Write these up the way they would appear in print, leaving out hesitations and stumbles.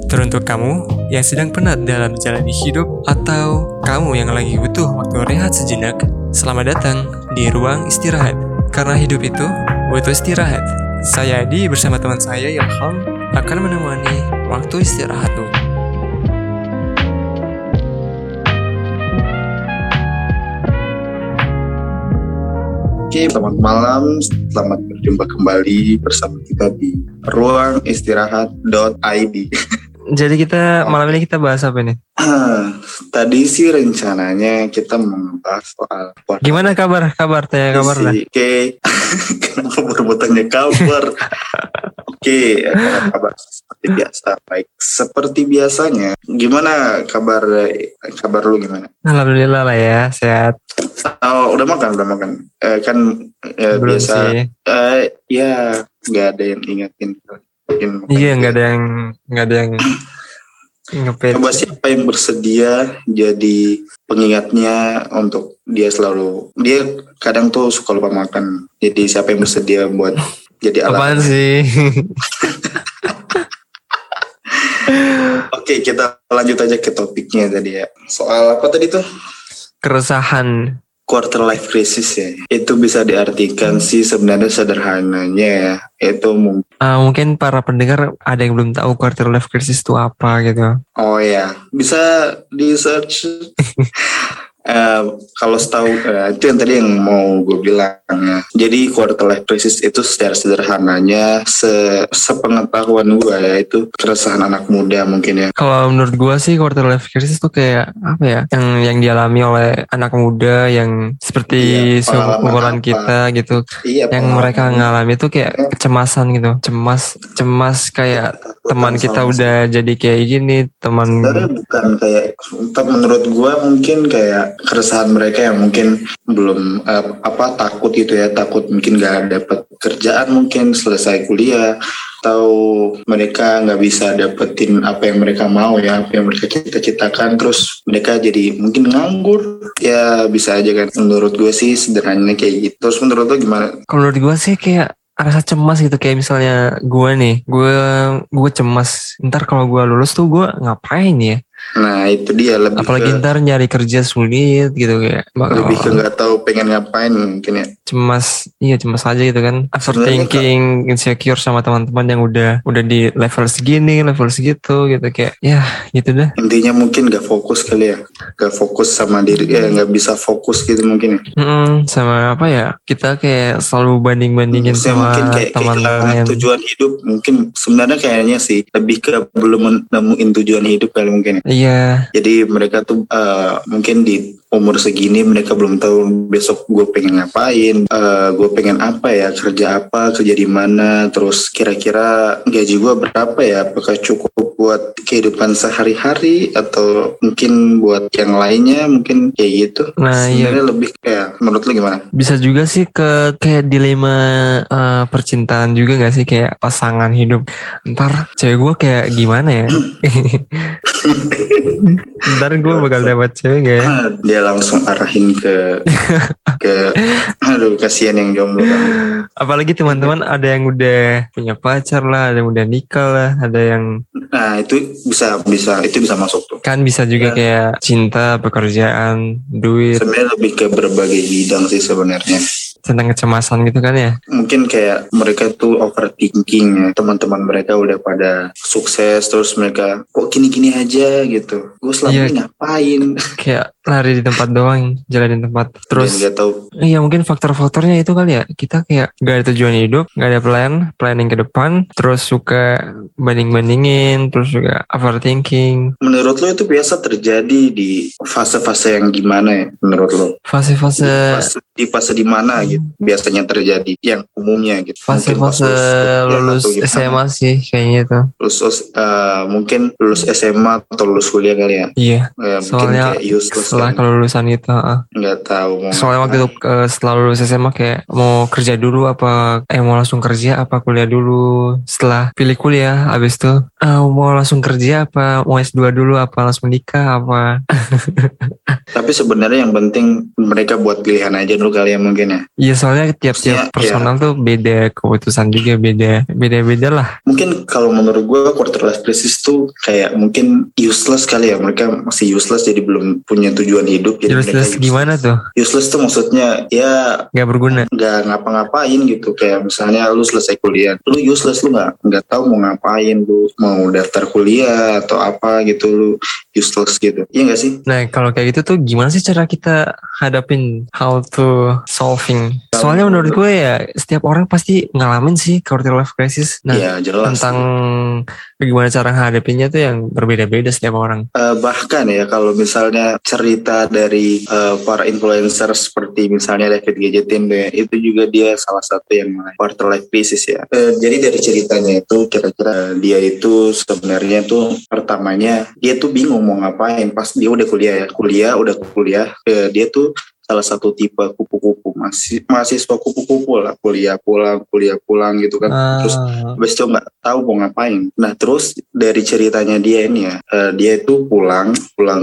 Teruntuk kamu yang sedang penat dalam menjalani hidup atau kamu yang lagi butuh waktu rehat sejenak, selamat datang di Ruang Istirahat. Karena hidup itu butuh istirahat. Saya Adi bersama teman saya Ilham akan menemani waktu istirahatmu. Oke, selamat malam. Selamat berjumpa kembali bersama kita di ruangistirahat.id. Jadi malam ini kita bahas apa nih? Tadi sih rencananya kita membahas soal Gimana kabar? Tanya kabar lah. Oke, kenapa baru tanya kabar? Oke, kabar seperti biasa. Baik, seperti biasanya. Gimana kabar lu gimana? Alhamdulillah lah ya, sehat. Oh, udah makan. Belum Biasa. sih. Ya, nggak ada yang ingetin. Iya, nggak ada yang ngepet. Coba siapa yang bersedia jadi pengingatnya untuk dia kadang tuh suka lupa makan. Jadi siapa yang bersedia buat jadi alat. Apaan sih? Oke, kita lanjut aja ke topiknya tadi ya. Soal apa tadi tuh? Keresahan. Quarter life crisis ya. Itu bisa diartikan sih sebenarnya sederhananya ya. Itu mungkin para pendengar ada yang belum tahu quarter life crisis itu apa gitu. Oh ya, bisa di search. Kalau setahu itu yang tadi yang mau gue bilang ya. Jadi quarter life crisis itu secara sederhananya sepengetahuan gue ya, itu keresahan anak muda mungkin ya. Kalau menurut gue sih quarter life crisis itu kayak apa ya, yang dialami oleh anak muda yang seperti seumuran kita gitu. Iya, yang mereka ngalami itu kayak kecemasan gitu, cemas kayak teman kita udah jadi kayak gini, teman. Sebenarnya bukan kayak, menurut gue mungkin kayak keresahan mereka yang mungkin belum takut gitu ya, takut mungkin gak dapat kerjaan mungkin selesai kuliah, atau mereka nggak bisa dapetin apa yang mereka mau ya, apa yang mereka cita-citakan, terus mereka jadi mungkin nganggur ya, bisa aja kan. Menurut gue sih sederhananya kayak gitu. Terus menurut lo gimana? Kalau menurut gue sih kayak rasa cemas gitu, kayak misalnya gue cemas ntar kalau gue lulus tuh gue ngapain ya. Nah itu dia, lebih apalagi ntar nyari kerja sulit gitu, kayak lebih ke nggak tahu pengen ngapain mungkin ya. Cemas aja gitu kan, overthinking, insecure sama teman-teman yang udah di level segini, level segitu gitu, kayak ya gitu dah. Intinya mungkin nggak fokus kali ya, nggak fokus sama diri ya, nggak bisa fokus gitu mungkin ya. Sama apa ya, kita kayak selalu banding-bandingin sama teman lain. Tujuan hidup mungkin sebenarnya kayaknya sih lebih ke belum nemuin tujuan hidup kali mungkin ya. Iya. Jadi mereka tuh mungkin di umur segini mereka belum tahu besok gue pengen ngapain, gue pengen apa ya, kerja di mana, terus kira-kira gaji gue berapa ya, apakah cukup buat kehidupan sehari-hari atau mungkin buat yang lainnya, mungkin kayak gitu. Nah, sebenarnya lebih kayak, menurut lu gimana? Bisa juga sih ke kayak dilema percintaan juga nggak sih, kayak pasangan hidup. Ntar cewek gue kayak gimana ya? Ntar gue bakal dapat cewek gak ya? Dia langsung arahin ke aduh, kasihan yang jomblo kan. Apalagi teman-teman ada yang udah punya pacar lah, ada yang udah nikah lah, ada yang itu bisa itu bisa masuk tuh. Kan bisa juga kayak cinta, pekerjaan, duit. Sebenarnya lebih ke berbagai bidang sih sebenarnya. Tentang kecemasan gitu kan ya. Mungkin kayak mereka tuh overthinking ya. Teman-teman mereka udah pada sukses, terus mereka kok gini-gini aja gitu. Gue selama ini ngapain? Kayak lari di tempat doang, jalan di tempat. Terus gak tahu. Iya, mungkin faktor-faktornya itu kali ya. Kita kayak gak ada tujuan hidup, gak ada planning ke depan, terus suka banding-bandingin, terus juga overthinking. Menurut lo itu biasa terjadi di fase-fase yang gimana ya menurut lo? Di fase di mana gitu biasanya terjadi yang umumnya gitu? Fase-fase lulus SMA sih kayaknya itu. Mungkin lulus SMA atau lulus kuliah kali ya? Iya. Soalnya setelah kelulusan itu nggak tahu. Soalnya waktu itu setelah lulus SMA kayak mau kerja dulu apa mau langsung kerja apa kuliah dulu. Setelah pilih kuliah abis itu mau langsung kerja apa mau S2 dulu apa langsung nikah apa. Tapi sebenarnya yang penting mereka buat pilihan aja dulu kali ya mungkin ya. Iya soalnya Maksudnya, tiap-tiap personal tuh beda keputusan juga beda lah. Mungkin kalau menurut gue quarter life crisis tuh kayak mungkin useless kali ya, mereka masih useless jadi belum punya tujuan hidup, jadi mereka Useless gimana tuh? Useless tuh maksudnya ya Gak berguna. nggak ngapa-ngapain gitu, kayak misalnya lu selesai kuliah, lu useless, lu nggak tahu mau ngapain, lu mau daftar kuliah atau apa gitu, lu useless gitu, iya nggak sih? Nah kalau kayak gitu tuh gimana sih cara kita hadapin, how to solving? Soalnya menurut gue ya setiap orang pasti ngalamin sih quarter life crisis. Nah Ya jelas. tentang bagaimana cara hadapinnya tuh yang berbeda-beda setiap orang. Bahkan ya kalau misalnya cerita dari para influencer seperti misalnya David Gadgetin deh, itu juga dia salah satu yang quarter life crisis ya. Jadi dari ceritanya itu kira-kira dia itu sebenarnya tuh pertamanya dia tuh bingung mau ngapain pas dia udah kuliah, dia tuh salah satu tipe kupu-kupu, mahasiswa kupu-kupu lah, kuliah pulang gitu kan. Terus habis itu nggak tahu mau ngapain. Nah terus dari ceritanya dia ini ya, dia itu pulang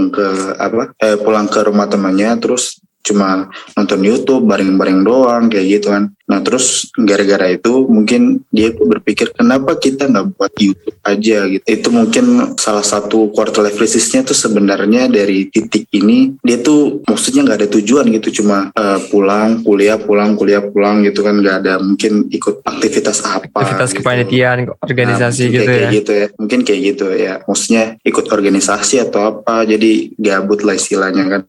ke rumah temannya, terus cuma nonton YouTube bareng-bareng doang kayak gitu kan. Nah terus gara-gara itu mungkin dia tuh berpikir kenapa kita nggak buat YouTube aja gitu. Itu mungkin salah satu quarter life crisisnya tuh sebenarnya dari titik ini, dia tuh maksudnya nggak ada tujuan gitu, cuma pulang kuliah gitu kan, nggak ada mungkin ikut aktivitas apa, Aktivitas gitu. kepanitiaan, organisasi gitu Kayak ya. gitu ya, mungkin kayak gitu ya, maksudnya ikut organisasi atau apa, jadi gabut lah istilahnya kan.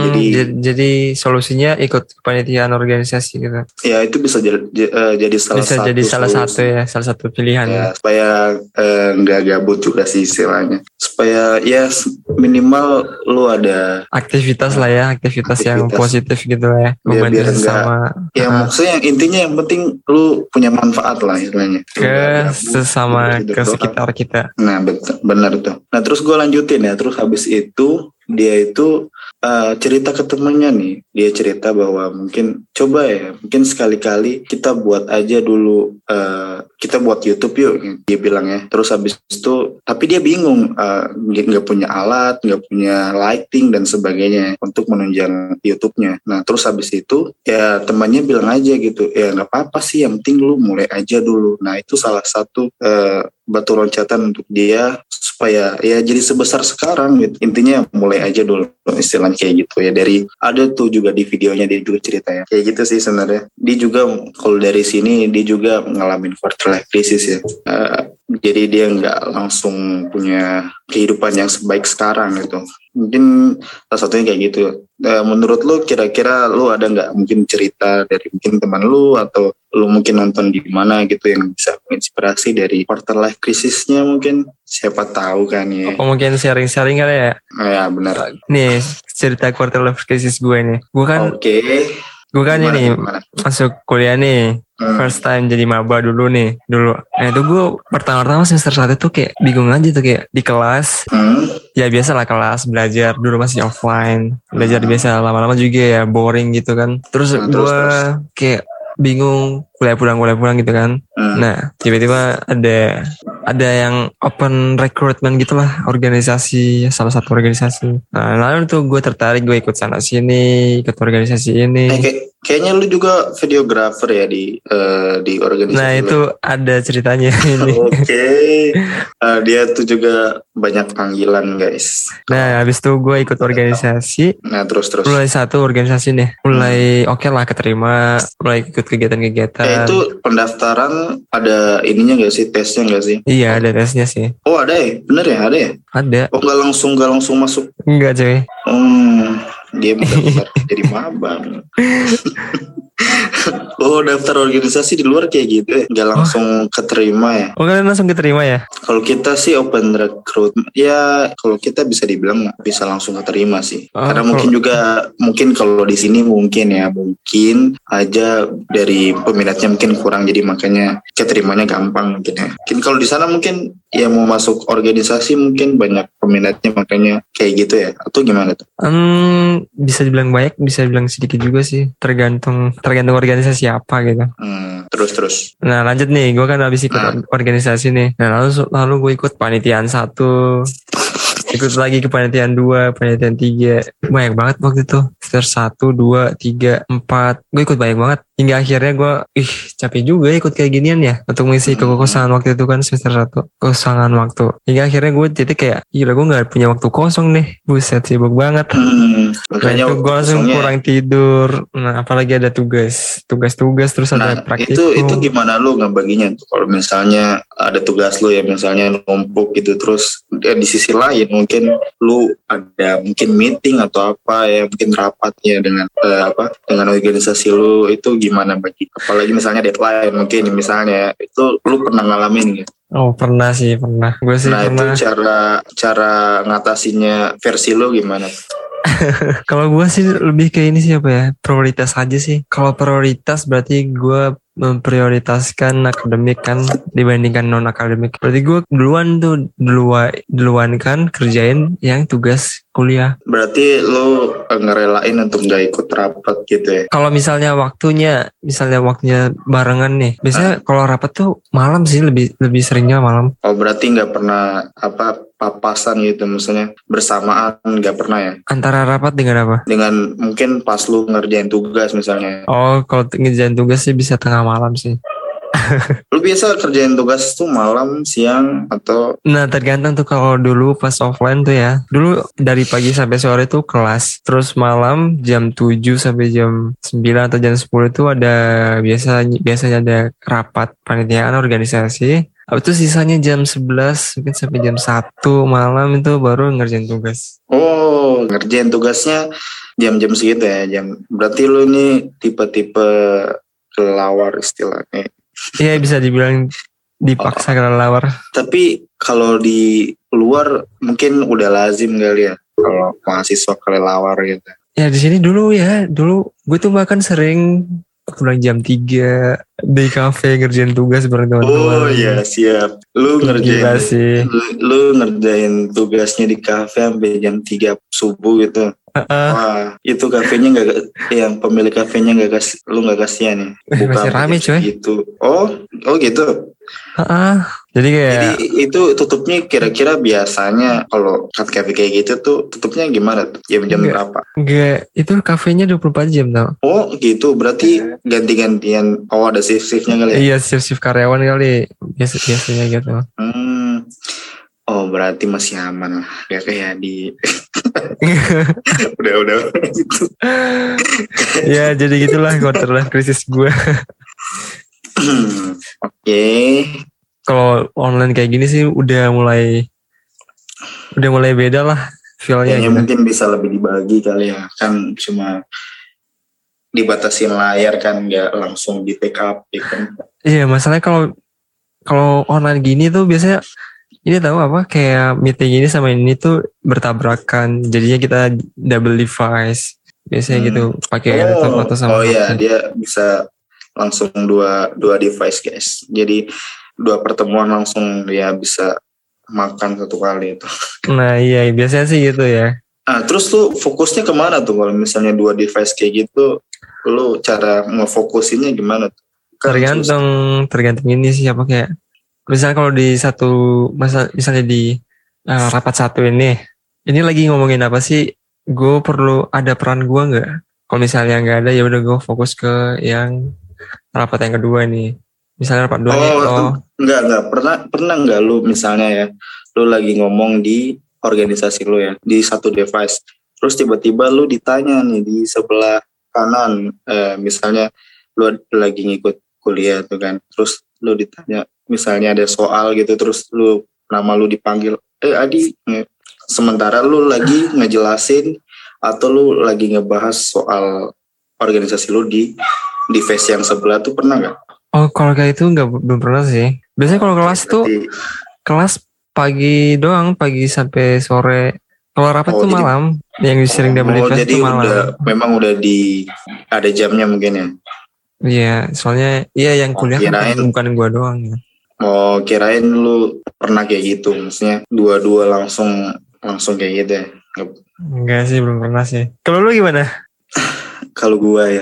Jadi solusinya ikut kepanitiaan organisasi gitu. Ya itu bisa jadi salah satu pilihan. Ya, supaya nggak gabut juga sih istilahnya. Supaya ya minimal lu ada aktivitas lah ya, aktivitas yang positif gitu ya. Membantu sesama. Ya maksudnya intinya yang penting lu punya manfaat lah istilahnya. Ke sesama, ke sekitar kita. Nah benar tuh. Nah terus gue lanjutin ya. Terus habis itu dia itu cerita ke temennya nih. Dia cerita bahwa mungkin sekali-kali kita buat aja dulu, kita buat YouTube yuk, dia bilang ya. Terus habis itu tapi dia bingung, nggak punya alat, nggak punya lighting dan sebagainya untuk menunjang YouTube-nya. Nah terus habis itu ya temannya bilang aja gitu, ya nggak apa-apa sih, yang penting lu mulai aja dulu. Nah itu salah satu batu loncatan untuk dia supaya ya jadi sebesar sekarang gitu. Intinya mulai aja dulu, istilahnya kayak gitu ya. Dari ada tuh juga di videonya dia juga cerita ya kayak gitu sih sebenarnya. Dia juga kalau dari sini dia juga ngalamin quarter life crisis ya. Jadi dia nggak langsung punya kehidupan yang sebaik sekarang gitu. Mungkin salah satunya kayak gitu. Menurut lu kira-kira lu ada nggak mungkin cerita dari mungkin teman lu atau lu mungkin nonton di mana gitu yang bisa menginspirasi dari quarter life crisisnya, mungkin siapa tahu kan ya. Apa mungkin sharing-sharing kali ya? Ya benar. Nih cerita quarter life crisis gue nih. Gue kan ini masuk kuliah nih. First time jadi maba dulu. Nah itu gue pertama semester 1 tuh kayak bingung aja tuh, kayak di kelas. Ya biasa lah kelas belajar, dulu masih offline. Belajar biasa, lama-lama juga ya boring gitu kan. Terus gue kayak bingung kuliah pulang gitu kan. Nah tiba-tiba ada yang open recruitment gitu lah, organisasi, salah satu organisasi. Nah lalu tuh gue tertarik, gue ikut sana sini, ikut organisasi ini. Kayaknya lu juga videografer ya di organisasi. Nah itu ada ceritanya ini. Oke. Dia tuh juga banyak panggilan guys. Nah habis itu gue ikut organisasi. Nah terus mulai satu organisasi nih, mulai oke lah, keterima, mulai ikut kegiatan-kegiatan. Itu pendaftaran ada ininya nggak sih, tesnya nggak sih? Iya ada tesnya sih. Oh ada ya, bener ya, ada ya? Ada. Oh nggak langsung masuk? Enggak cuy. Dia daftar jadi maba. Oh daftar organisasi di luar kayak gitu ya, nggak langsung keterima ya? Oh kalian langsung keterima ya? Kalau kita sih open recruitment ya, kalau kita bisa dibilang bisa langsung keterima sih. Karena mungkin kalau di sini mungkin aja dari peminatnya mungkin kurang, jadi makanya keterimanya gampang mungkin ya. Mungkin kalau di sana mungkin ya mau masuk organisasi mungkin banyak peminatnya makanya kayak gitu ya, atau gimana tuh? Bisa dibilang banyak, bisa dibilang sedikit juga sih, tergantung organisasi apa gitu. Terus. Nah lanjut nih, gue kan habis ikut organisasi nih. Nah lalu gue ikut panitiaan 1, ikut lagi ke panitiaan 2, panitiaan 3, banyak banget waktu itu. semester 1, 2, 3, 4. Gue ikut banyak banget. Hingga akhirnya gue, capek juga ikut kayak ginian ya. Untuk mengisi kekosongan waktu itu kan semester 1. Kekosongan waktu. Hingga akhirnya gue titik kayak, gila gue gak punya waktu kosong nih. Buset, sibuk banget. Nah Makanya itu gue langsung kosongnya. kurang tidur. Nah apalagi ada tugas terus ada Nah praktikum. itu gimana lu ngebaginya tuh? Kalau misalnya ada tugas lu ya, misalnya numpuk gitu, terus di sisi lain mungkin lu ada mungkin meeting atau apa ya, mungkin rapat ya dengan dengan organisasi lu, itu gimana bagi? Apalagi misalnya deadline mungkin misalnya, itu lu pernah ngalamin gitu? Oh pernah sih, pernah. Gue sih Nah pernah. itu cara ngatasinnya versi lu gimana? Kalau gue sih lebih ke ini sih apa ya, prioritas aja sih. Kalau prioritas berarti gue memprioritaskan akademik kan dibandingkan non akademik. Berarti gue duluan kan kerjain yang tugas kuliah. Berarti lu ngerelain untuk gak ikut rapat gitu ya? Kalau misalnya waktunya barengan nih. Biasanya kalau rapat tuh malam sih, lebih seringnya malam. Oh berarti nggak pernah papasan gitu, misalnya bersamaan nggak pernah ya? Antara rapat dengan apa? Dengan mungkin pas lu ngerjain tugas misalnya. Oh kalau ngerjain tugas sih bisa tengah malam sih. Lu biasa kerjain tugas tuh malam, siang, atau? Nah tergantung tuh, kalau dulu pas offline tuh ya. Dulu dari pagi sampai sore tuh kelas. Terus malam jam 7 sampai jam 9 atau jam 10 tuh ada biasanya ada rapat panitiaan organisasi. Habis itu sisanya jam 11 mungkin sampai jam 1 malam itu baru ngerjain tugas. Oh ngerjain tugasnya jam-jam segitu ya? Berarti lu ini tipe-tipe kelelawar istilahnya. Iya bisa dibilang dipaksa kelelawar. Tapi kalau di luar mungkin udah lazim kali ya kalau mahasiswa kelelawar gitu. Ya di sini dulu gue tuh bahkan sering pulang jam 3 di kafe ngerjain tugas bareng teman-teman. Oh iya siap. Lu Gila sih. ngerjain tugasnya di kafe sampai jam 3 subuh gitu. Wah, itu kafenya yang pemilik kafenya lu nggak kasihan ya? Masih rame coy. Gitu. Oh gitu. Jadi kayak. Jadi itu tutupnya kira-kira biasanya kalau kafe kayak gitu tuh tutupnya gimana tuh? Jam berapa? Enggak, itu kafenya 24 jam tau. Oh gitu, berarti ganti-gantian. Oh ada shift-shiftnya kali ya? Iya, shift karyawan kali biasanya gitu. Oh berarti masih aman lah, gak kayak di udah gitu. Ya jadi gitulah quarter life crisis gue. Oke. Kalau online kayak gini sih udah mulai beda lah feelnya. Kayaknya gitu. Mungkin bisa lebih dibagi kali ya, kan cuma dibatasin layar kan, nggak langsung di take up kan. Iya, masalahnya kalau online gini tuh biasanya ini tahu apa, kayak meeting ini sama ini tuh bertabrakan, jadinya kita double device biasanya gitu, pakai laptop atau sama. Oh iya, dia bisa langsung dua device guys, jadi 2 pertemuan langsung dia bisa makan satu kali itu. Nah iya biasanya sih gitu ya. Terus lu fokusnya kemana tuh kalau misalnya 2 device kayak gitu, lu cara ngefokusinnya gimana tuh? Tergantung ini sih apa, kayak misalnya kalau di misalnya di rapat satu ini lagi ngomongin apa sih, gue perlu ada peran gue nggak? Kalau misalnya nggak ada ya udah gue fokus ke yang rapat yang kedua nih. Misalnya rapat 2 nih. Enggak pernah nggak lu misalnya ya, lu lagi ngomong di organisasi lu ya di satu device, terus tiba-tiba lu ditanya nih di sebelah kanan, misalnya lu lagi ngikut kuliah tuh kan, terus lu ditanya misalnya ada soal gitu, terus nama lu dipanggil Adi, sementara lu lagi ngejelasin atau lu lagi ngebahas soal organisasi lu di device yang sebelah tuh, pernah nggak? Oh kalau kayak itu belum pernah sih. Biasanya kalau kelas tuh kelas pagi doang, pagi sampai sore. Kalau rapat tuh malam, yang sering double device tuh malam. Memang udah ada jamnya mungkin ya. Iya, soalnya yang kuliah kan bukan gua doang ya. Oh, kirain lu pernah kayak gitu, maksudnya 2 langsung kayak gitu ya? Enggak sih, belum pernah sih. Kalau lu gimana? Kalau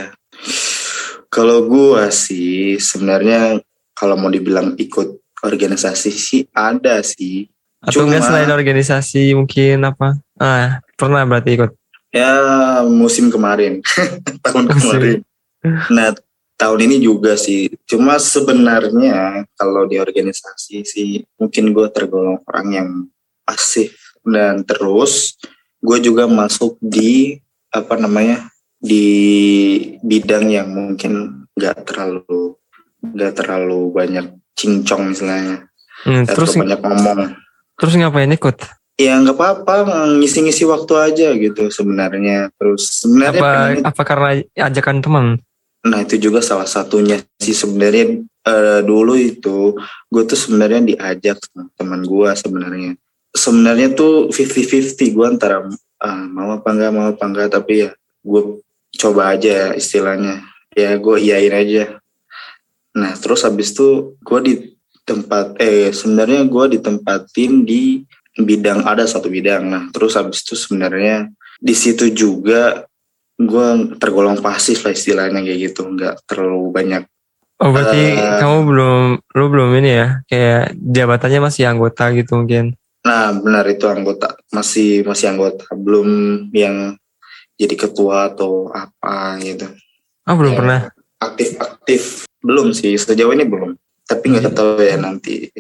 gua sih sebenarnya kalau mau dibilang ikut organisasi sih ada sih. Atau enggak selain organisasi mungkin apa? Pernah berarti ikut? Ya musim kemarin, tahun kemarin. Nah tahun ini juga sih. Cuma sebenarnya kalau di organisasi sih mungkin gue tergolong orang yang pasif. Dan terus gue juga masuk di apa namanya di bidang yang mungkin nggak terlalu banyak cincong misalnya, nggak Terus terlalu banyak ngomong. terus ngapain ikut? Ya nggak apa-apa, ngisi-ngisi waktu aja gitu sebenarnya. Terus sebenarnya pengennya, Apa karena ajakan teman? nah itu juga salah satunya sih sebenarnya. Dulu itu gue tuh sebenarnya diajak sama teman gue sebenarnya. Sebenarnya tuh 50-50 gue antara mau apa enggak, tapi ya gue coba aja istilahnya. Ya gue iyain aja. Nah terus habis itu gue sebenarnya gue ditempatin di bidang, ada satu bidang. Nah terus habis itu sebenarnya di situ juga gue tergolong pasif lah istilahnya kayak gitu, nggak terlalu banyak. Oh berarti lu belum ini ya, kayak jabatannya masih anggota gitu mungkin. Nah benar itu anggota, masih anggota, belum yang jadi ketua atau apa gitu. Belum Ya, pernah. aktif belum sih sejauh ini belum, tapi nggak tahu ya nanti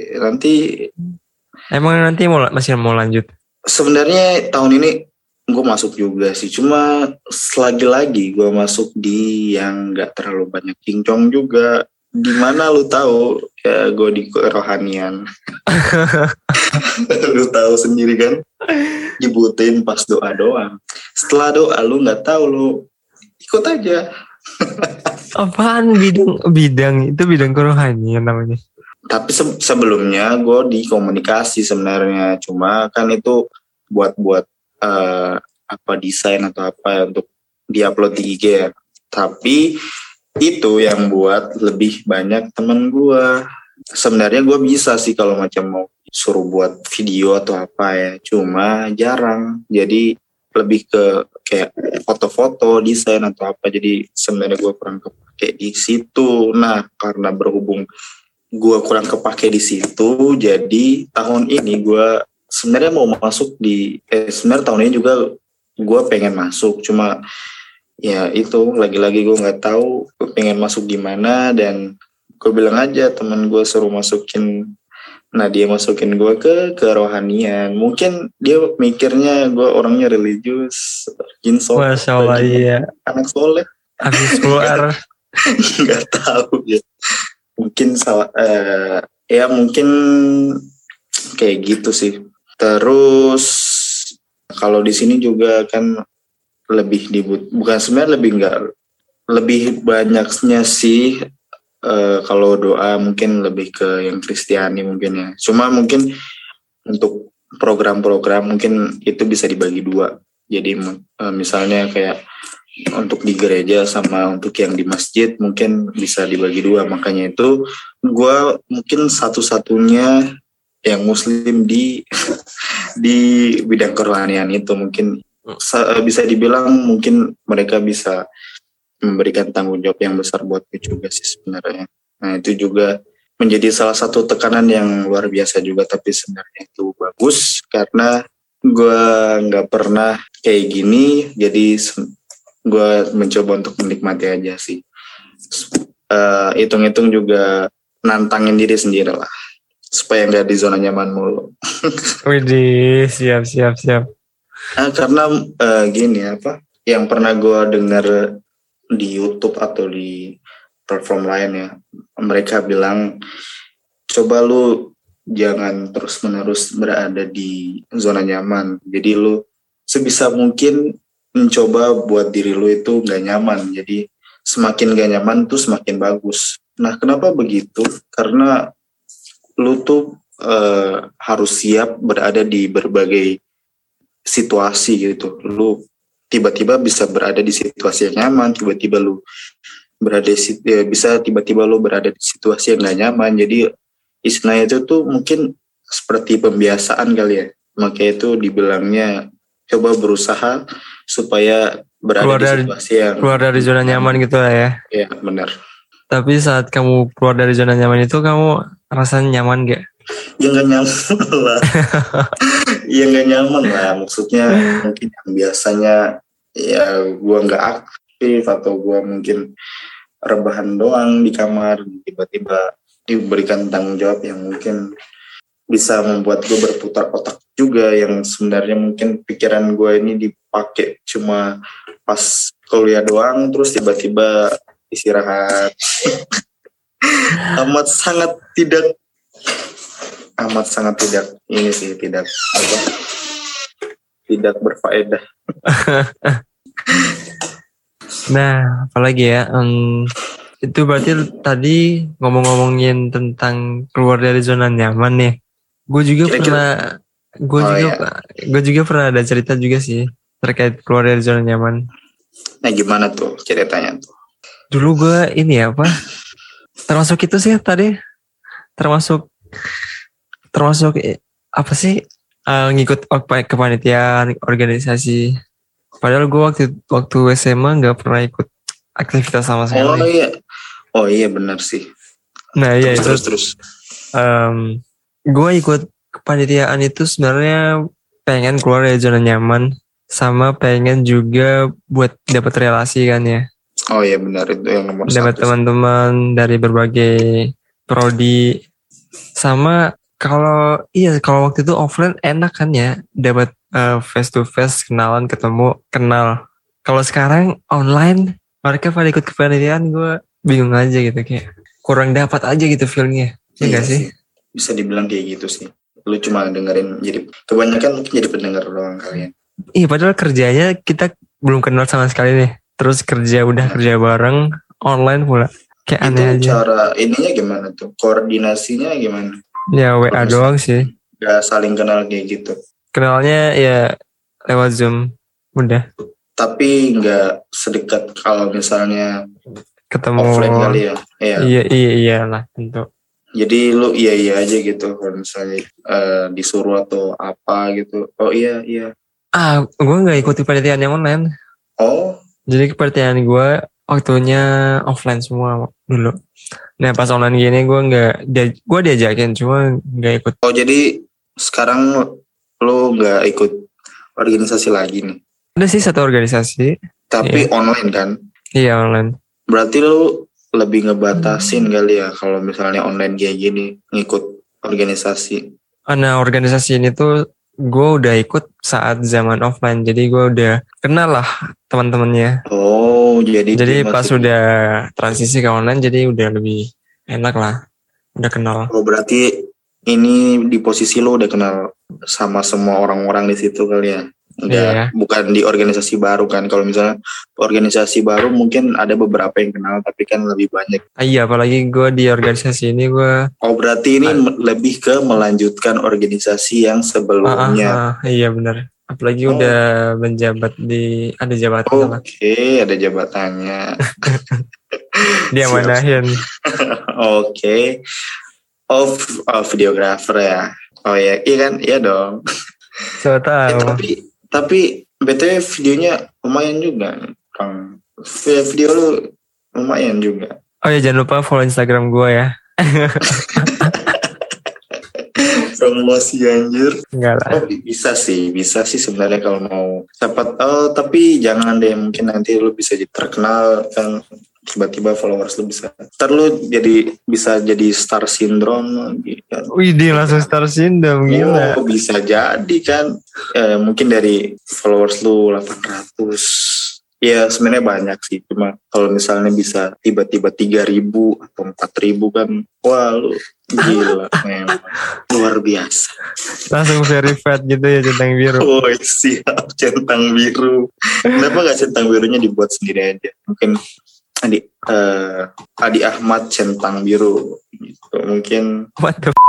Emang nanti masih mau lanjut? sebenarnya tahun ini gue masuk juga sih, cuma lagi gue masuk di yang nggak terlalu banyak cincong juga. Di mana lu tahu ya, gue di kerohanian. Lu tahu sendiri kan, dibutuhin pas doa doang. Setelah doa lu nggak tahu, lu ikut aja. Apaan bidang itu bidang kerohanian namanya? Tapi sebelumnya gue di komunikasi sebenarnya, cuma kan itu buat apa desain atau apa untuk diupload di IG ya. Tapi itu yang buat lebih banyak teman gue. Sebenarnya gue bisa sih kalau macam mau suruh buat video atau apa ya, cuma jarang. Jadi lebih ke kayak foto-foto, desain atau apa. Jadi sebenarnya gue kurang kepake di situ. Nah karena berhubung gue kurang kepake di situ, jadi tahun ini gue sebenarnya mau masuk sebenarnya tahun ini juga gue pengen masuk, cuma ya itu lagi-lagi gue nggak tahu gue pengen masuk di mana. Dan gue bilang aja teman gue suruh masukin, nah dia masukin gue ke kerohanian. Mungkin dia mikirnya gue orangnya religius, Masya Allah, iya. anak soleh. Habis keluar. Nggak tahu ya, mungkin salah, ya mungkin kayak gitu sih. Terus kalau di sini juga kan lebih bukan sebenarnya lebih banyaknya sih, kalau doa mungkin lebih ke yang Kristiani mungkin ya. Cuma mungkin untuk program-program mungkin itu bisa dibagi dua. Jadi misalnya kayak untuk di gereja sama untuk yang di masjid mungkin bisa dibagi dua. Makanya itu gue mungkin satu-satunya yang muslim di bidang kerohanian itu. Mungkin bisa dibilang mungkin mereka bisa memberikan tanggung jawab yang besar buat gue juga sih sebenarnya. Nah itu juga menjadi salah satu tekanan yang luar biasa juga, tapi sebenarnya itu bagus karena gue nggak pernah kayak gini, jadi gue mencoba untuk menikmati aja sih. Hitung-hitung juga nantangin diri sendiri lah supaya nggak di zona nyaman mulu. Widih, siap. Karena gini apa yang pernah gue dengar di YouTube atau di platform lain ya, mereka bilang coba lu jangan terus-menerus berada di zona nyaman. Jadi lu sebisa mungkin mencoba buat diri lu itu gak nyaman. Jadi semakin gak nyaman tuh semakin bagus. Nah kenapa begitu? Karena lu tuh harus siap berada di berbagai situasi gitu. Lu tiba-tiba bisa berada di situasi yang nyaman, tiba-tiba lu berada di situasi yang gak nyaman. Jadi istilahnya itu tuh mungkin seperti pembiasaan kali ya. Makanya itu dibilangnya coba berusaha supaya berada di situasi yang keluar dari zona nyaman gitu lah ya. Ya benar. Tapi saat kamu keluar dari zona nyaman itu kamu rasanya nyaman gak? Ya gak nyaman lah. Ya gak nyaman lah. Maksudnya mungkin yang biasanya ya gue nggak aktif atau gue mungkin rebahan doang di kamar, tiba-tiba diberikan tanggung jawab yang mungkin bisa membuat gue berputar otak juga, yang sebenarnya mungkin pikiran gue ini dipakai cuma pas kuliah doang, terus tiba-tiba istirahat. amat sangat tidak ini sih, tidak apa, tidak berfaedah. Nah, apalagi ya, itu berarti tadi ngomong-ngomongin tentang keluar dari zona nyaman nih. Gue juga Kira-kira- gue juga pernah ada cerita juga sih terkait keluar dari zona nyaman. Nah gimana tuh ceritanya tuh? Dulu gue ini apa? Termasuk itu sih tadi, termasuk apa sih? Ngikut kepanitiaan, organisasi. Padahal gue waktu SMA nggak pernah ikut aktivitas sama sekali. Oh iya benar sih. Nah iya itu. Terus. Gue ikut kepanitiaan itu sebenarnya pengen keluar dari zona nyaman, sama pengen juga buat dapat relasi kan ya. Oh iya benar, itu yang nomor dapat satu. Teman-teman dari berbagai prodi. Sama kalau waktu itu offline enak kan ya, dapat face to face, kenalan, kenal. Kalau sekarang online, mereka pada ikut kepanitiaan, gue bingung aja gitu, kayak kurang dapat aja gitu feelnya. Ya nggak sih? Bisa dibilang kayak gitu sih. Lu cuma dengerin, jadi kebanyakan mungkin jadi pendengar doang kalian. Iya, padahal kerjanya kita belum kenal sama sekali nih. Terus kerja bareng online pula. Kayak aneh aja. Itu cara ininya gimana tuh? Koordinasinya gimana? Ya WA doang sih. Gak saling kenal kayak gitu. Kenalnya ya lewat Zoom. Udah. Tapi gak sedekat kalau misalnya ketemu offline kali ya. Iya lah tentu. Jadi lu iya aja gitu kalau misalnya disuruh atau apa gitu. Oh iya. Gue gak ikut kepanitiaan yang online. Oh. Jadi kepanitiaan gue waktunya offline semua dulu. Nah pas online gini gue diajakin cuma gak ikut. Oh jadi sekarang lu gak ikut organisasi lagi nih? Ada sih satu organisasi. Tapi online kan? Iya online. Berarti lu lebih ngebatasin kali ya kalau misalnya online kayak gini ngikut organisasi. Nah organisasi ini tuh gue udah ikut saat zaman offline, jadi gue udah kenal lah teman-temannya. Oh jadi pas udah transisi ke online jadi udah lebih enak lah, udah kenal. Oh berarti ini di posisi lo udah kenal sama semua orang-orang di situ kali ya? Enggak, bukan di organisasi baru kan. Kalau misalnya organisasi baru mungkin ada beberapa yang kenal, tapi kan lebih banyak. Iya, apalagi gue di organisasi ini gue. Oh berarti ini lebih ke melanjutkan organisasi yang sebelumnya. Iya benar. Apalagi udah menjabat ada jabatan. Oke, ada jabatannya. Dia manahin. Oke. Videographer ya. Oh ya, iya kan, iya dong. So tahu. Tapi BTW videonya lumayan juga, Kang. Video lu lumayan juga. Oh ya, jangan lupa follow Instagram gue ya. Promosi anjir. Enggak lah. Bisa sih sebenarnya kalau mau. Tapi jangan deh, mungkin nanti lu bisa jadi terkenal kan, tiba-tiba followers lu bisa. Ntar lu bisa jadi star syndrome gitu. Wih, dia langsung star syndrome, gila. Oh, bisa jadi kan. Mungkin dari followers lu 800. Ya sebenarnya banyak sih, cuma kalau misalnya bisa tiba-tiba 3.000 atau 4.000 kan, wah lu gila, memang luar biasa. Langsung verified gitu ya, centang biru. Oh siap, centang biru. Kenapa gak centang birunya dibuat sendiri aja? Mungkin Adi Ahmad centang biru gitu. Mungkin what the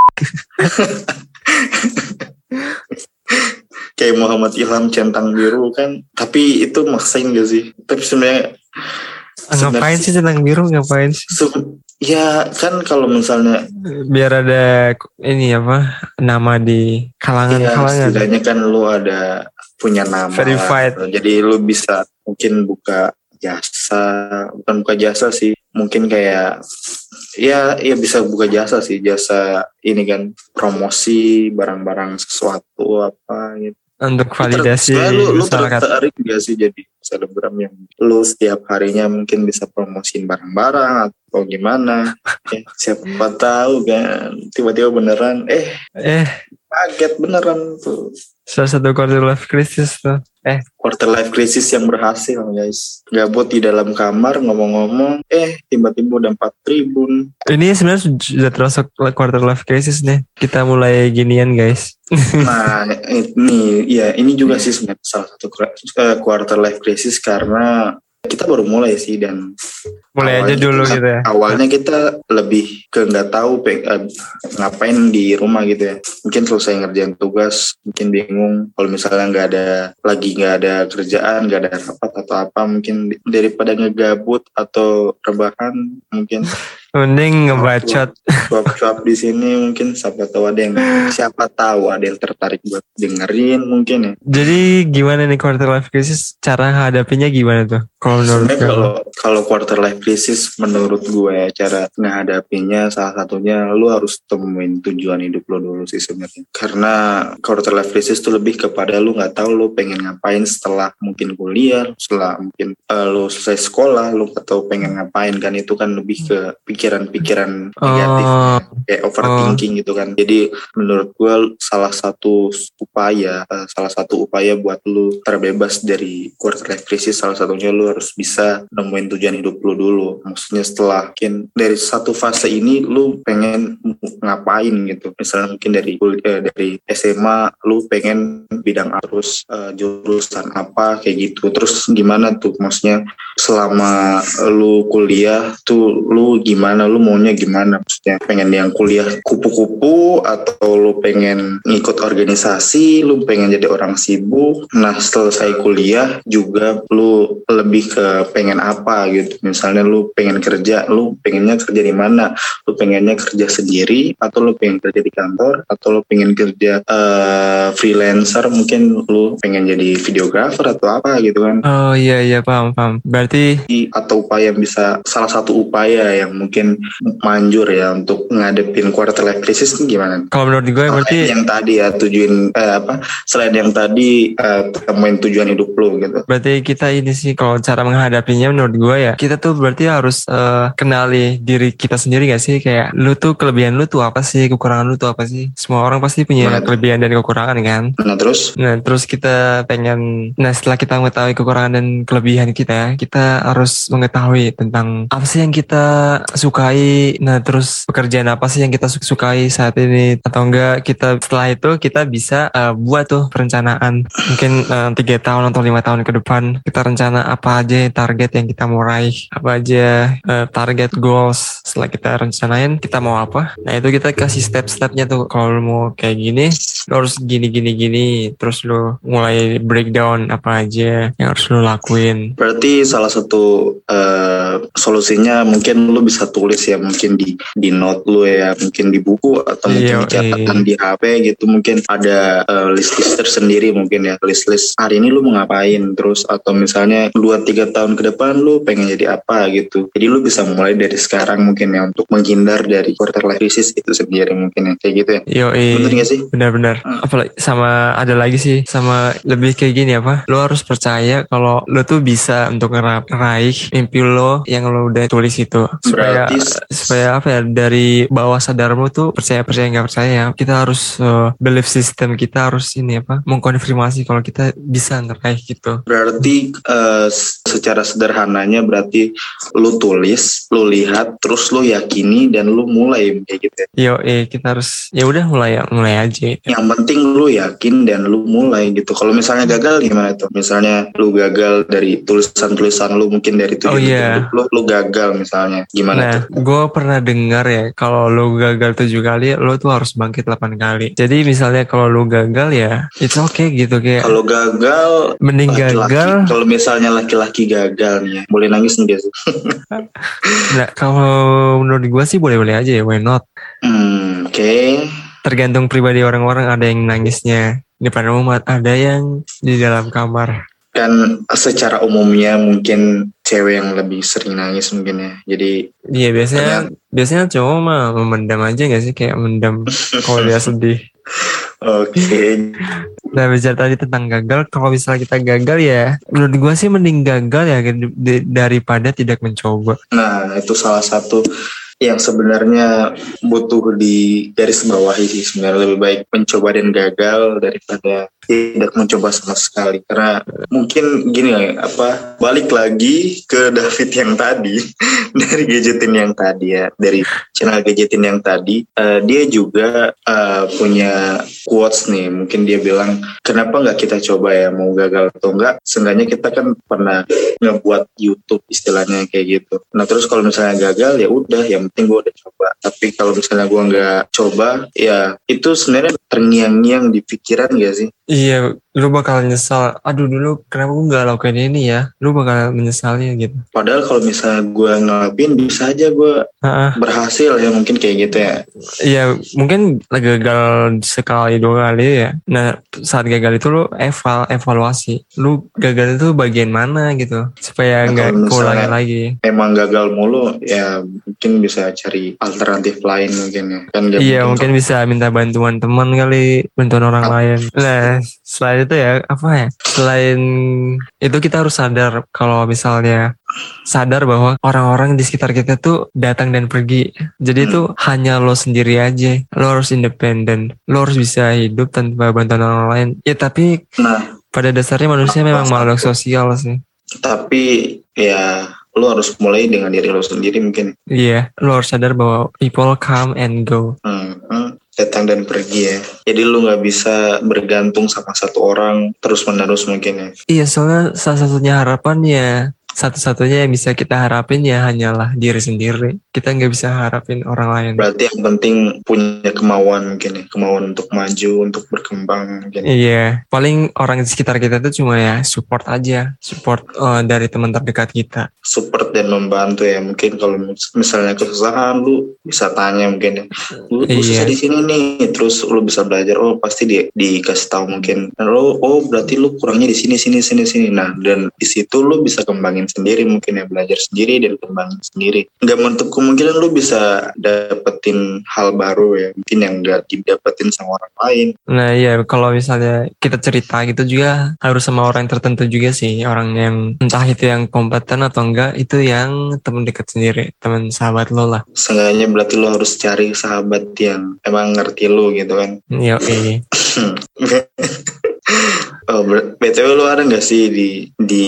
kayak Muhammad Ilham centang biru kan, tapi itu maksain gak sih? Tapi sebenarnya ngapain sih centang biru, ngapain sih? Ya kan kalau misalnya biar ada ini apa, nama di kalangan. Setidaknya kan lu ada punya nama verified. Jadi lu bisa mungkin bukan buka jasa sih, mungkin kayak ya bisa buka jasa ini kan, promosi barang-barang sesuatu apa gitu. untuk validasi Sebenarnya lu masyarakat. tertarik gak sih jadi selebgram yang lu setiap harinya mungkin bisa promosiin barang-barang atau gimana? Siapa tahu kan tiba-tiba beneran Eh, kaget beneran tuh. salah satu quarter life crisis tuh. Quarter life crisis yang berhasil guys. Gabut di dalam kamar ngomong-ngomong tiba-tiba udah 4 tribun. Ini sebenarnya sudah termasuk quarter life crisis nih. Kita mulai ginian guys. Nah ini juga sih sebenarnya salah satu quarter life crisis karena kita baru mulai sih dan Mulai aja dulu gitu ya. awalnya kita lebih ke nggak tahu ngapain di rumah gitu ya. Mungkin selesai ngerjain tugas, mungkin bingung kalau misalnya nggak ada kerjaan, nggak ada rapat atau apa, mungkin daripada ngegabut atau rebahan mungkin Mending ngebacot. cuap-cuap di sini mungkin siapa tahu ada yang tertarik buat dengerin mungkin ya. Jadi gimana nih quarter life crisis? Cara hadapinya gimana tuh? Kalau menurut Sebenarnya kalau quarter life crisis menurut gue ya, cara menghadapinya salah satunya lu harus temuin tujuan hidup lo dulu sih sebenarnya. Karena quarter life crisis tuh lebih kepada lu nggak tahu lu pengen ngapain setelah mungkin kuliah, setelah mungkin lu selesai sekolah, lu nggak tahu pengen ngapain kan, itu kan lebih ke pikiran-pikiran negatif kayak overthinking gitu kan. Jadi menurut gue salah satu upaya buat lu terbebas dari quarter life crisis, salah satunya lu harus bisa nemuin tujuan hidup lu dulu. Maksudnya setelah mungkin dari satu fase ini lu pengen ngapain gitu. Misalnya mungkin dari SMA lu pengen bidang terus jurusan apa kayak gitu. Terus gimana tuh, maksudnya selama lu kuliah tuh lu gimana, lu maunya gimana, maksudnya pengen yang kuliah kupu-kupu atau lu pengen ngikut organisasi, lu pengen jadi orang sibuk. Nah selesai kuliah juga lu lebih ke pengen apa gitu. Misalnya lu pengen kerja, lu pengennya kerja di mana, lu pengennya kerja sendiri atau lu pengen kerja di kantor atau lu pengen kerja freelancer, mungkin lu pengen jadi videographer atau apa gitu kan. Oh iya paham. Berarti atau salah satu upaya yang mungkin manjur ya untuk ngadepin quarter life crisis ini gimana? kalau menurut gue berarti yang tadi ya selain yang tadi temuin tujuan hidup lu gitu. berarti kita ini sih kalau cara menghadapinya menurut gue ya, kita tuh berarti harus kenali diri kita sendiri gak sih? Kayak lu tuh kelebihan lu tuh apa sih, kekurangan lu tuh apa sih? Semua orang pasti punya kelebihan dan kekurangan kan. Nah terus kita pengen, setelah kita mengetahui kekurangan dan kelebihan kita harus mengetahui tentang apa sih yang kita sukai. Nah terus pekerjaan apa sih yang kita sukai saat ini, atau enggak setelah itu kita bisa buat tuh perencanaan mungkin 3 tahun atau 5 tahun ke depan. Kita rencana apa aja target yang kita mau raih, apa aja target goals. Setelah kita rencanain kita mau apa, nah itu kita kasih step-stepnya tuh. Kalau lu mau kayak gini lu harus gini, terus lu mulai breakdown apa aja yang harus lu lakuin. Berarti salah satu solusinya mungkin lu bisa tulis ya, mungkin di note lu ya, mungkin di buku atau mungkin di catatan di HP gitu. Mungkin ada list-list tersendiri mungkin ya, list-list hari ini lu mau ngapain, terus atau misalnya 2-3 tahun ke depan lu pengen jadi apa gitu. Jadi lu bisa mulai dari sekarang mungkin ya untuk menghindar dari quarter life crisis itu sendiri mungkin ya, kayak gitu ya. Bener gak sih? Benar. Apalagi sama ada lagi sih, sama lebih kayak gini apa, lu harus percaya kalau lu tuh bisa untuk ngeraih mimpi lo yang lo udah tulis itu. Supaya apa ya, dari bawah sadarmu tuh percaya nggak percaya, kita harus belief system kita harus ini apa, mengkonfirmasi kalau kita bisa ngeraih gitu. Berarti secara sederhananya berarti lu tulis, lu lihat, terus lu yakini dan lu mulai kayak gitu ya. Kita harus ya udah mulai aja. Yang penting lu yakin dan lu mulai gitu. Kalau misalnya gagal gimana tuh? Misalnya lu gagal dari tulisan-tulisan lu, mungkin dari lu gagal misalnya, gimana tuh? Gue pernah dengar ya, kalau lu gagal 7 kali, lu tuh harus bangkit 8 kali. Jadi misalnya kalau lu gagal ya it's okay gitu, kayak kalau gagal mending gagal. Kalau misalnya laki-laki gagal nih, boleh nangis nih guys. Nah kalau menurut gue sih boleh-boleh aja ya, why not? Oke. Tergantung pribadi orang-orang, ada yang nangisnya di depan umum, ada yang di dalam kamar. Kan secara umumnya mungkin cewek yang lebih sering nangis mungkin ya. Jadi iya, biasanya cowok mah memendam aja gak sih, kayak mendam kalau dia sedih. Oke. Nah, bicara tadi tentang gagal, kalau misalnya kita gagal ya, menurut gue sih mending gagal ya daripada tidak mencoba. Nah, itu salah satu yang sebenarnya butuh di garis bawahi sih, sebenarnya lebih baik mencoba dan gagal daripada tidak mencoba sama sekali. Karena mungkin gini balik lagi ke David yang tadi dari gadgetin yang tadi ya, dari channel gadgetin yang tadi, dia juga punya quotes nih. Mungkin dia bilang, kenapa nggak kita coba ya, mau gagal atau enggak, seenggaknya kita kan pernah ngebuat YouTube istilahnya kayak gitu. Nah terus kalau misalnya gagal ya udah, yang penting gue udah coba. Tapi kalau misalnya gue nggak coba, ya itu sebenarnya terngiang-ngiang di pikiran gak sih? Iya, lu bakal nyesal. Aduh, dulu kenapa gue gak lakukan ini ya? Lu bakal menyesalnya gitu. Padahal kalau misalnya gue ngelakuin, bisa aja gue berhasil ya, mungkin kayak gitu ya. Iya, mungkin gagal sekali dua kali ya. Nah, saat gagal itu lu evaluasi. Lu gagal itu bagian mana gitu, supaya nggak keulangan lagi. Emang gagal mulu, ya mungkin bisa cari alternatif lain mungkin ya. Kan iya, mungkin bisa minta bantuan teman kali, bantuan orang lain. Nah, selain itu ya, selain itu kita harus sadar kalau misalnya sadar bahwa orang-orang di sekitar kita tuh datang dan pergi. Jadi itu hanya lo sendiri aja. Lo harus independen. Lo harus bisa hidup tanpa bantuan orang lain. Ya tapi pada dasarnya manusia memang makhluk sosial sih. Tapi ya lo harus mulai dengan diri lo sendiri mungkin. Iya, lo harus sadar bahwa people come and go. Datang dan pergi ya. Jadi lu nggak bisa bergantung sama satu orang terus menerus mungkin ya. Iya, soalnya salah satunya harapan ya, satu-satunya yang bisa kita harapin ya hanyalah diri sendiri. Kita nggak bisa harapin orang lain. Berarti yang penting punya kemauan mungkin ya, kemauan untuk maju, untuk berkembang mungkin. Iya, paling orang di sekitar kita tuh cuma ya support aja, support dari teman terdekat kita. Support dan membantu ya, mungkin kalau misalnya kesusahan lu bisa tanya mungkin ya, lu susah di sini nih, terus lu bisa belajar, pasti dikasih tahu mungkin, lu berarti lu kurangnya di sini. Nah, dan di situ lu bisa kembangin sendiri mungkin ya, belajar sendiri dan kembangin sendiri. Nggak menutup kemungkinan lu bisa dapetin hal baru ya, mungkin yang nggak didapetin sama orang lain. Nah iya, kalau misalnya kita cerita gitu juga harus sama orang tertentu juga sih, orang yang entah itu yang kompeten atau enggak, itu yang teman dekat sendiri, teman sahabat lo lah. Seenggaknya berarti lo harus cari sahabat yang emang ngerti lo gitu kan. Iya, oke. BTW lo ada nggak sih di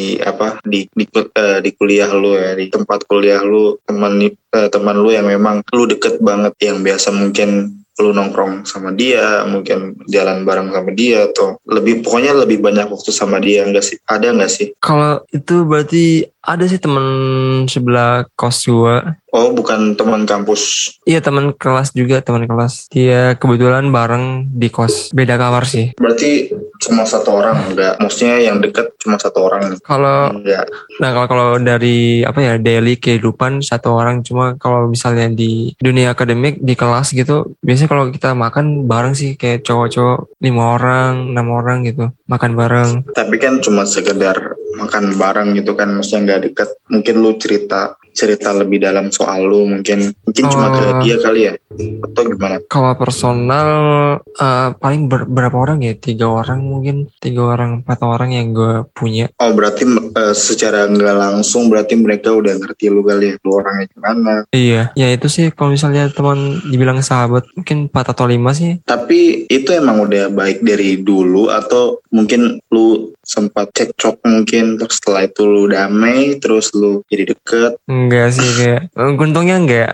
kuliah lo ya, di tempat kuliah lo, teman lo yang memang lo deket banget, yang biasa mungkin lu nongkrong sama dia, mungkin jalan bareng sama dia, atau pokoknya lebih banyak waktu sama dia, enggak sih? Ada nggak sih? Kalau itu berarti ada sih teman sebelah kos gua. Oh, bukan teman kampus? Iya, teman kelas juga, teman kelas. Dia kebetulan bareng di kos, beda kamar sih. Berarti cuma satu orang, enggak? Maksudnya yang dekat cuma satu orang? Kalau kalau dari daily kehidupan satu orang, cuma kalau misalnya di dunia akademik di kelas gitu, biasanya kalau kita makan bareng sih, kayak cowok-cowok 5 orang, 6 orang gitu, makan bareng. Tapi kan cuma sekedar makan bareng gitu kan, maksudnya nggak dekat. Mungkin lu cerita lebih dalam soal lu, mungkin cuma ke dia kali ya, atau gimana? Kalau personal paling berapa orang ya, 3 orang mungkin, 3 orang 4 orang yang gue punya. Oh, berarti secara nggak langsung berarti mereka udah ngerti lu kali ya, lu orangnya gimana. Iya, ya itu sih kalau misalnya teman dibilang sahabat mungkin 4 atau 5 sih. Tapi itu emang udah baik dari dulu, atau mungkin lu sempat cekcok mungkin, terus setelah itu lu damai, terus lu jadi deket? Enggak sih, kayak untungnya enggak.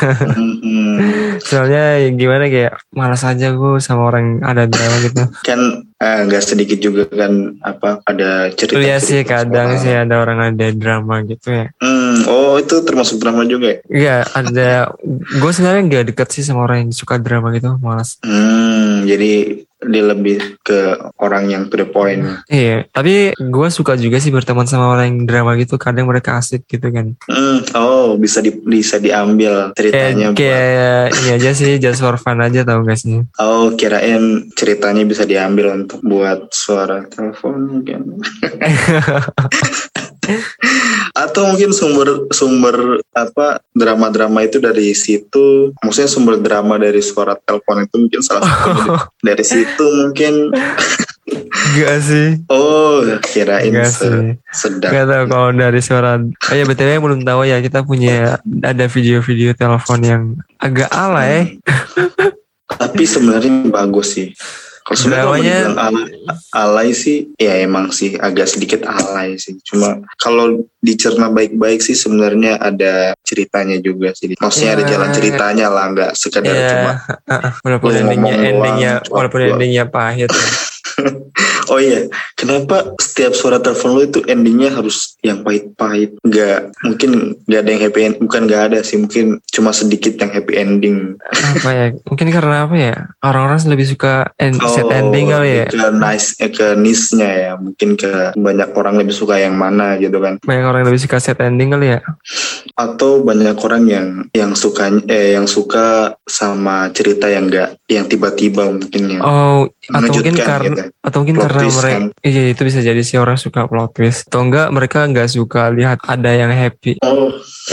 Soalnya gimana, kayak malas aja gue sama orang ada drama gitu. Kan nggak sedikit juga kan ada cerita. Iya sih, kadang sih ada orang ada drama gitu ya. Oh, itu termasuk drama juga ya? Iya, ada. Gue sebenarnya nggak deket sih sama orang yang suka drama gitu, malas. Jadi dia lebih ke orang yang to the point. Iya, tapi gue suka juga sih berteman sama orang yang drama gitu. Kadang mereka asik gitu kan. Bisa diambil ceritanya. Kayak ini aja sih, just for fun aja, tau gak sih? Oh, kirain ceritanya bisa diambil untuk buat suara telepon mungkin. Atau mungkin sumber apa drama-drama itu dari situ, maksudnya sumber drama dari suara telepon itu mungkin salah satunya dari situ mungkin. Enggak sih. Oh, kirain Enggak sih. sedap. Gak tahu kalau dari suara. Oh ya BTW belum tahu ya, kita punya ada video-video telepon yang agak alay. Tapi sebenarnya bagus sih. Kalau sebenarnya kalau dibilang alay sih, ya emang sih agak sedikit alay sih. Cuma kalau dicerna baik-baik sih sebenarnya ada ceritanya juga sih. Maksudnya ada jalan ceritanya lah, nggak sekedar cuma. Walaupun endingnya pahit. Oh iya, kenapa setiap suara telepon lo itu endingnya harus yang pahit-pahit? Mungkin nggak ada yang happy end, bukan nggak ada sih, mungkin cuma sedikit yang happy ending. Apa ya? Mungkin karena apa ya? Orang-orang lebih suka sad ending kali ya? Ke niche-nya ya, mungkin ke banyak orang lebih suka yang mana gitu kan? Banyak orang lebih suka sad ending kali ya? Atau banyak orang yang suka sama cerita yang tiba-tiba mungkin ya. Oh, atau mungkin karena gitu. Atau mungkin karena mereka iya itu bisa jadi sih orang suka plot twist. Atau enggak mereka enggak suka lihat ada yang happy. Oh.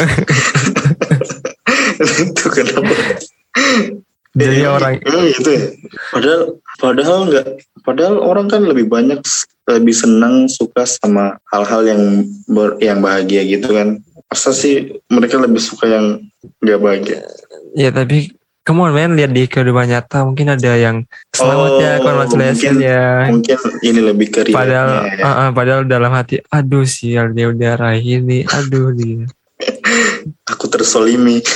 Itu kenapa? Jadi orang gitu ya. Padahal orang kan lebih senang suka sama hal-hal yang bahagia gitu kan. Masa sih mereka lebih suka yang enggak bahagia? Ya tapi come on man, lihat di kehidupan nyata mungkin ada yang selamat ya, congratulations ya. Mungkin ini lebih ke padahal dalam hati, aduh sial dia udah raih ini, aduh dia. Aku tersolimi.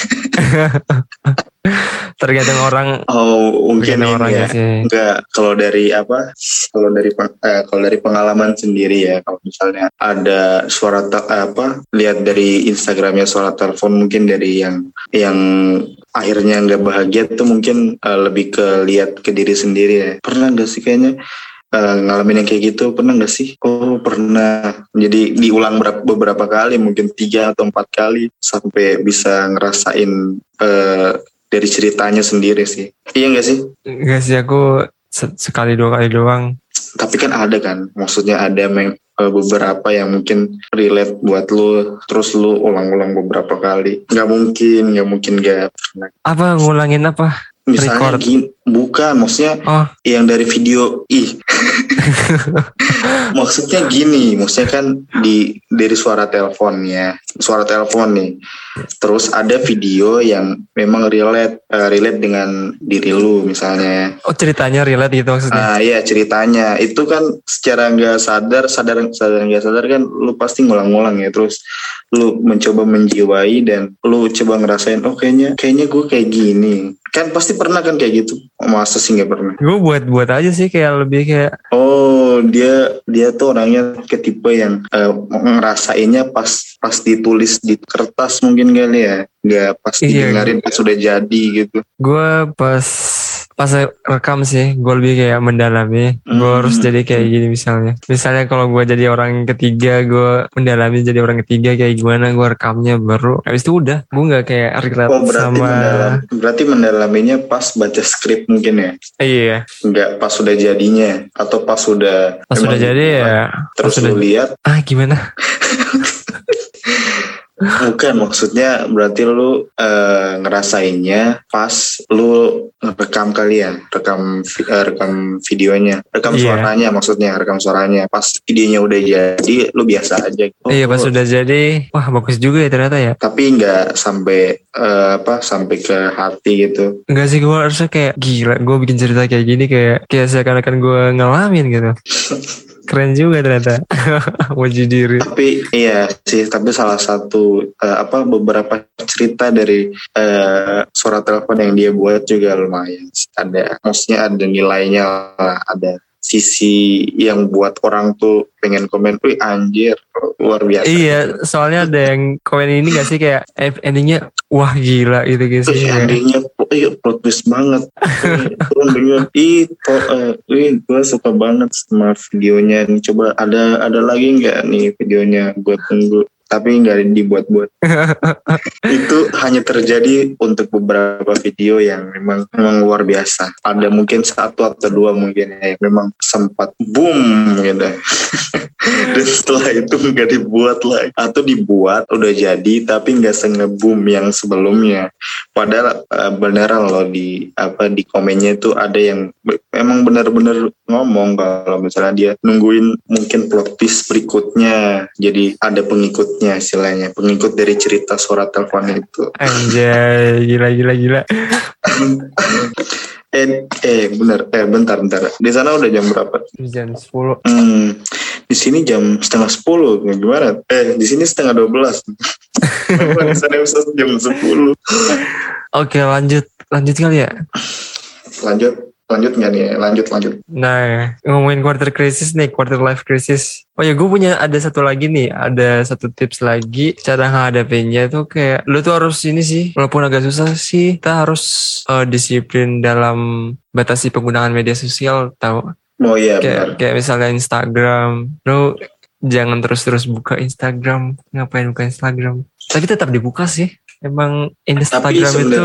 Tergantung orang. Oh mungkin orang ya. Enggak, kalau dari pengalaman sendiri ya, kalau misalnya ada suara lihat dari Instagramnya suara telepon mungkin dari yang akhirnya nggak bahagia itu mungkin lebih ke lihat ke diri sendiri ya. Pernah nggak sih kayaknya ngalamin yang kayak gitu? Pernah nggak sih? Oh pernah. Jadi diulang beberapa kali, mungkin 3 atau 4 kali sampai bisa ngerasain dari ceritanya sendiri sih. Iya nggak sih? Nggak sih, aku sekali 2 kali doang. Tapi kan ada kan, maksudnya ada beberapa yang mungkin relate buat lu, terus lu ulang-ulang beberapa kali. Nggak mungkin nggak pernah. Apa ngulangin apa? Misalnya bukan, maksudnya yang dari video maksudnya gini, maksudnya kan dari suara telepon nih, terus ada video yang memang relate dengan diri lu misalnya. Oh ceritanya relate gitu maksudnya? Iya ceritanya itu kan secara nggak sadar nggak sadar kan lu pasti ngulang-ngulang ya, terus lu mencoba menjiwai dan lu coba ngerasain kayaknya gue kayak gini kan, pasti pernah kan kayak gitu. Masa sih nggak pernah? Gue buat aja sih, kayak lebih kayak dia tuh orangnya ketipe yang ngerasainnya pas ditulis di kertas mungkin kali ya, nggak pas didengarin pas sudah jadi gitu. Gue pas rekam sih, gue lebih kayak mendalami. Gue harus jadi kayak gini misalnya kalau gue jadi orang ketiga, gue mendalami jadi orang ketiga kayak gimana, gue rekamnya baru habis itu udah. Gue nggak kayak relate berarti mendalaminya pas baca skrip mungkin ya? Iya. Nggak pas sudah jadinya, atau pas sudah jadi ya terus lu lihat gimana? Bukan, maksudnya berarti lu ngerasainnya pas lu rekam kali ya, rekam videonya, rekam suaranya pas videonya udah jadi lu biasa aja. Iya pas sudah jadi, wah bagus juga ya ternyata ya. Tapi nggak sampai ke hati gitu. Enggak sih, gue harusnya kayak gila, gue bikin cerita kayak gini kayak seakan-akan gue ngalamin gitu. Keren juga ternyata. Wajib diri. Tapi iya sih, tapi salah satu beberapa cerita dari suara telepon yang dia buat juga lumayan. Maksudnya ada nilainya lah, ada sisi yang buat orang tuh pengen komen, wih anjir luar biasa. Iya, soalnya ada yang komen ini gak sih kayak endingnya wah gila gitu guys. Endingnya plot twist banget. Gue suka banget sama videonya. Nih coba ada lagi nggak nih videonya, gue tunggu. tapi nggak dibuat-buat. Itu hanya terjadi untuk beberapa video yang memang luar biasa. Ada mungkin satu atau dua mungkin yang memang sempat boom gitu. Dan setelah itu nggak dibuat lagi, atau dibuat udah jadi tapi nggak se-nge-boom yang sebelumnya. Padahal beneran loh di komennya itu ada yang emang benar-benar ngomong kalau misalnya dia nungguin mungkin plot twist berikutnya, jadi ada pengikutnya istilahnya, pengikut dari cerita suara telepon itu. Anjay, gila. Bentar. Di sana udah jam berapa? Jam 10. Di sini jam 9:30. Gimana? Di sini 11:30. Di sana bisa jam 10. Oke, lanjut kali ya. Lanjut nggak nih? Lanjut. Nah, ngomongin quarter life crisis. Oh ya, gue punya ada satu lagi nih. Ada satu tips lagi. Cara ngadepinnya tuh kayak, lu tuh harus ini sih, walaupun agak susah sih, kita harus disiplin dalam batasi penggunaan media sosial, tau? Oh iya, benar. Kayak misalnya Instagram. Lu jangan terus-terus buka Instagram. Ngapain buka Instagram? Tapi tetap dibuka sih. Emang Instagram itu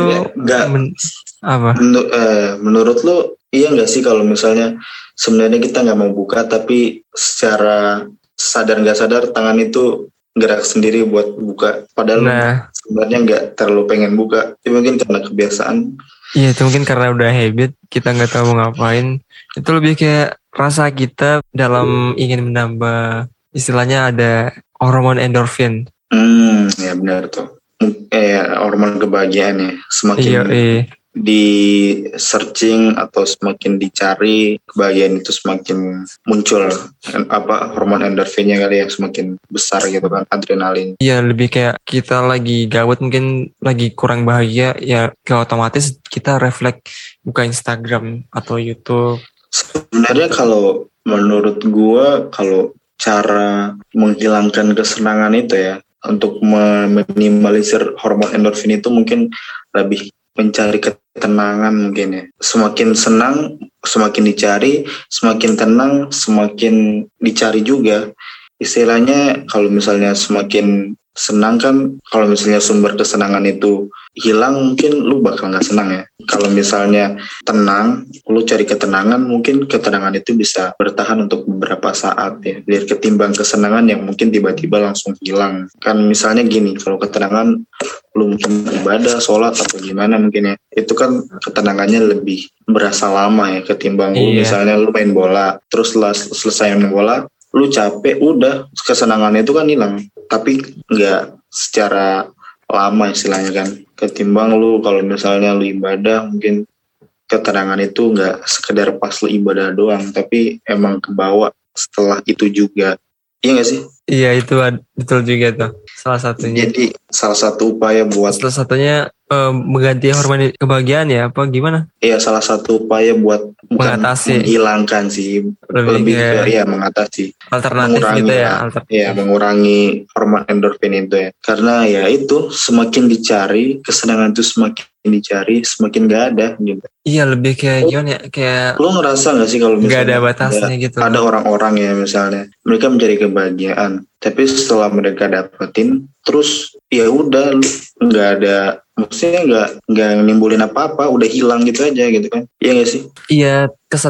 apa? Menurut lo iya nggak sih kalau misalnya sebenarnya kita nggak mau buka tapi secara sadar nggak sadar tangan itu gerak sendiri buat buka, padahal sebenarnya nggak terlalu pengen buka, itu mungkin karena kebiasaan. Iya, itu mungkin karena udah habit, kita nggak tahu mau ngapain. Itu lebih kayak rasa kita dalam ingin menambah, istilahnya ada hormon endorfin. Ya benar tuh. Hormon kebahagiaan ya, semakin di searching atau semakin dicari kebahagiaan itu semakin muncul hormon endorfinnya kali ya, semakin besar gitu kan, adrenalin. Iya, lebih kayak kita lagi gawat, mungkin lagi kurang bahagia ya, kayak otomatis kita refleks buka Instagram atau YouTube. Sebenarnya kalau menurut gua, kalau cara menghilangkan kesenangan itu ya, untuk meminimalisir hormon endorfin itu mungkin lebih mencari ketenangan mungkin ya. Semakin senang, semakin dicari, semakin tenang, semakin dicari juga. Istilahnya kalau misalnya semakin senang kan, kalau misalnya sumber kesenangan itu hilang, mungkin lu bakal gak senang ya. Kalau misalnya tenang, lu cari ketenangan, mungkin ketenangan itu bisa bertahan untuk beberapa saat ya, biar ketimbang kesenangan yang mungkin tiba-tiba langsung hilang. Kan misalnya gini, kalau ketenangan lu mungkin ibadah, sholat atau gimana mungkin ya, itu kan ketenangannya lebih berasa lama ya, ketimbang lu misalnya lu main bola, terus selesai main bola, lu capek, udah kesenangannya itu kan hilang, tapi nggak secara lama istilahnya kan. Ketimbang lu kalau misalnya lu ibadah, mungkin ketenangan itu nggak sekedar pas lu ibadah doang, tapi emang kebawa setelah itu juga. Iya nggak sih? Iya, itu betul juga tuh salah satunya. Jadi salah satu upaya buat mengganti hormon kebahagiaan ya, apa gimana? Iya, salah satu upaya buat mengatasi, menghilangkan sih, lebih ke mengatasi, alternatif gitu ya, mengurangi hormon endorfin itu ya. Karena ya itu, semakin dicari kesenangan itu, semakin dicari semakin gak ada gitu. Iya, lebih kayak gimana ya, kayak lo ngerasa gak sih kalau misalnya gak ada batasnya gitu. Ada orang-orang ya misalnya mereka mencari kebahagiaan, tapi setelah mereka dapetin terus ya udah nggak ada, maksudnya nggak nimbulin apa-apa, udah hilang gitu aja gitu kan. Iya nggak sih? Iya,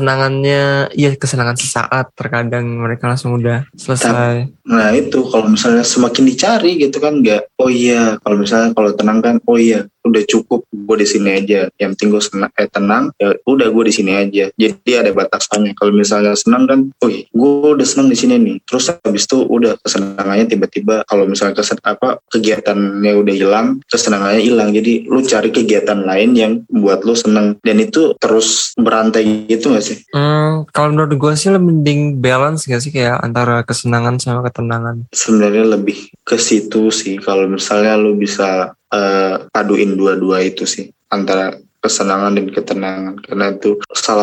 kesenangan sesaat, terkadang mereka langsung udah selesai. Nah itu kalau misalnya semakin dicari gitu kan, nggak, oh iya kalau misalnya kalau tenang kan, oh iya udah cukup gue di sini aja, yang penting gue tenang ya udah gue di sini aja. Jadi ada batasannya. Kalau misalnya senang kan, oh iya gue udah senang di sini nih, terus habis itu udah kesenangannya tiba-tiba, kalau misalnya kegiatannya udah hilang, kesenangannya hilang. Jadi lu cari kegiatan lain yang buat lu seneng, dan itu terus berantai gitu gak sih? Kalau menurut gue sih mending balance gak sih, kayak antara kesenangan sama ketenangan. Sebenarnya lebih ke situ sih, kalau misalnya lu bisa paduin dua-dua itu sih, antara kesenangan dan ketenangan, karena itu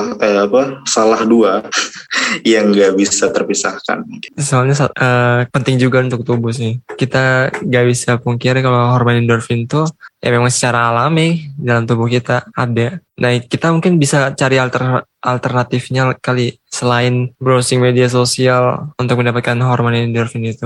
salah dua yang nggak bisa terpisahkan. Soalnya penting juga untuk tubuh sih. Kita nggak bisa pungkiri kalau hormon endorfin tuh ya memang secara alami dalam tubuh kita ada. Nah, kita mungkin bisa cari alternatifnya kali selain browsing media sosial untuk mendapatkan hormon endorfin itu.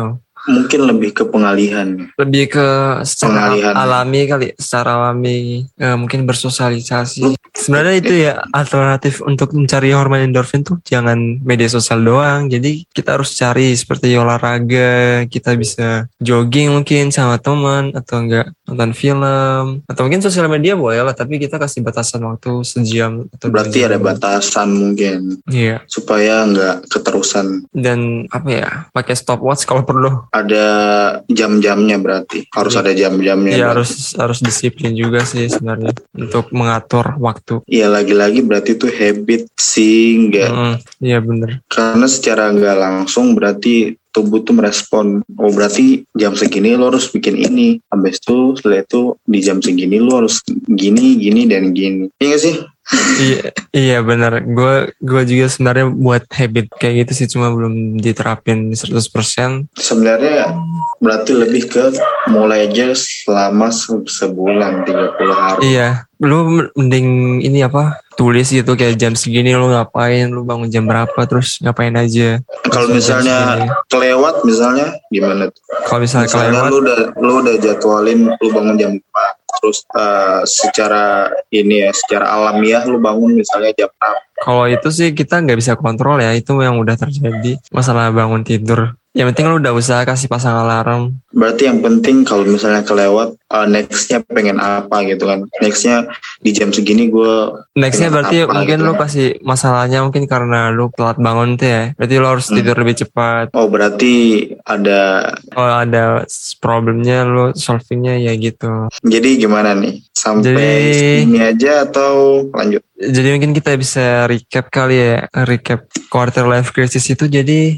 mungkin lebih ke pengalihan. Lebih ke secara Pengalihan. alami kali, secara alami, mungkin bersosialisasi. Sebenarnya itu ya alternatif untuk mencari hormon endorfin tuh jangan media sosial doang. Jadi kita harus cari seperti olahraga, kita bisa jogging mungkin sama teman, atau enggak nonton film, atau mungkin sosial media boleh lah, tapi kita kasih batasan waktu sejam atau 2 Berarti jam. ada batasan mungkin Iya. supaya nggak keterusan. Dan apa ya, pakai stopwatch kalau perlu. Ada jam-jamnya berarti. Harus ada jam-jamnya. Iya, berarti. harus disiplin juga sih sebenarnya untuk mengatur waktu. Iya, lagi-lagi berarti itu habit sih, nggak. Iya bener. Karena secara nggak langsung berarti tubuh tuh merespon. Oh berarti jam segini lo harus bikin ini. Habis itu setelah itu di jam segini lo harus gini, gini, dan gini. Iya nggak sih? Iya benar. Gue juga sebenarnya buat habit kayak gitu sih, cuma belum diterapin 100%. Sebenarnya berarti lebih ke mulai aja selama sebulan 30 hari. Iya, lu mending ini apa, tulis gitu kayak jam segini lu ngapain, lu bangun jam berapa, terus ngapain aja. Kalau misalnya kelewat misalnya gimana tuh? Kalau misalnya kelewat, lu udah jadwalin lu bangun jam 4, terus secara ini ya, secara alamiah lu bangun misalnya jam 6. kalau itu sih kita nggak bisa kontrol ya, itu yang udah terjadi masalah bangun tidur. Yang penting lu udah usaha kasih pasang alarm. Berarti yang penting kalau misalnya kelewat, nextnya pengen apa gitu kan. Nextnya di jam segini gue Nextnya berarti apa, mungkin gitu lu kan. kasih masalahnya mungkin karena lu telat bangun tuh ya. Berarti lu harus tidur lebih cepat. Oh berarti ada. Kalau ada problemnya lu solvingnya ya gitu. Jadi gimana nih? Sampai sini aja atau lanjut? Jadi mungkin kita bisa recap kali ya. Recap quarter life crisis itu jadi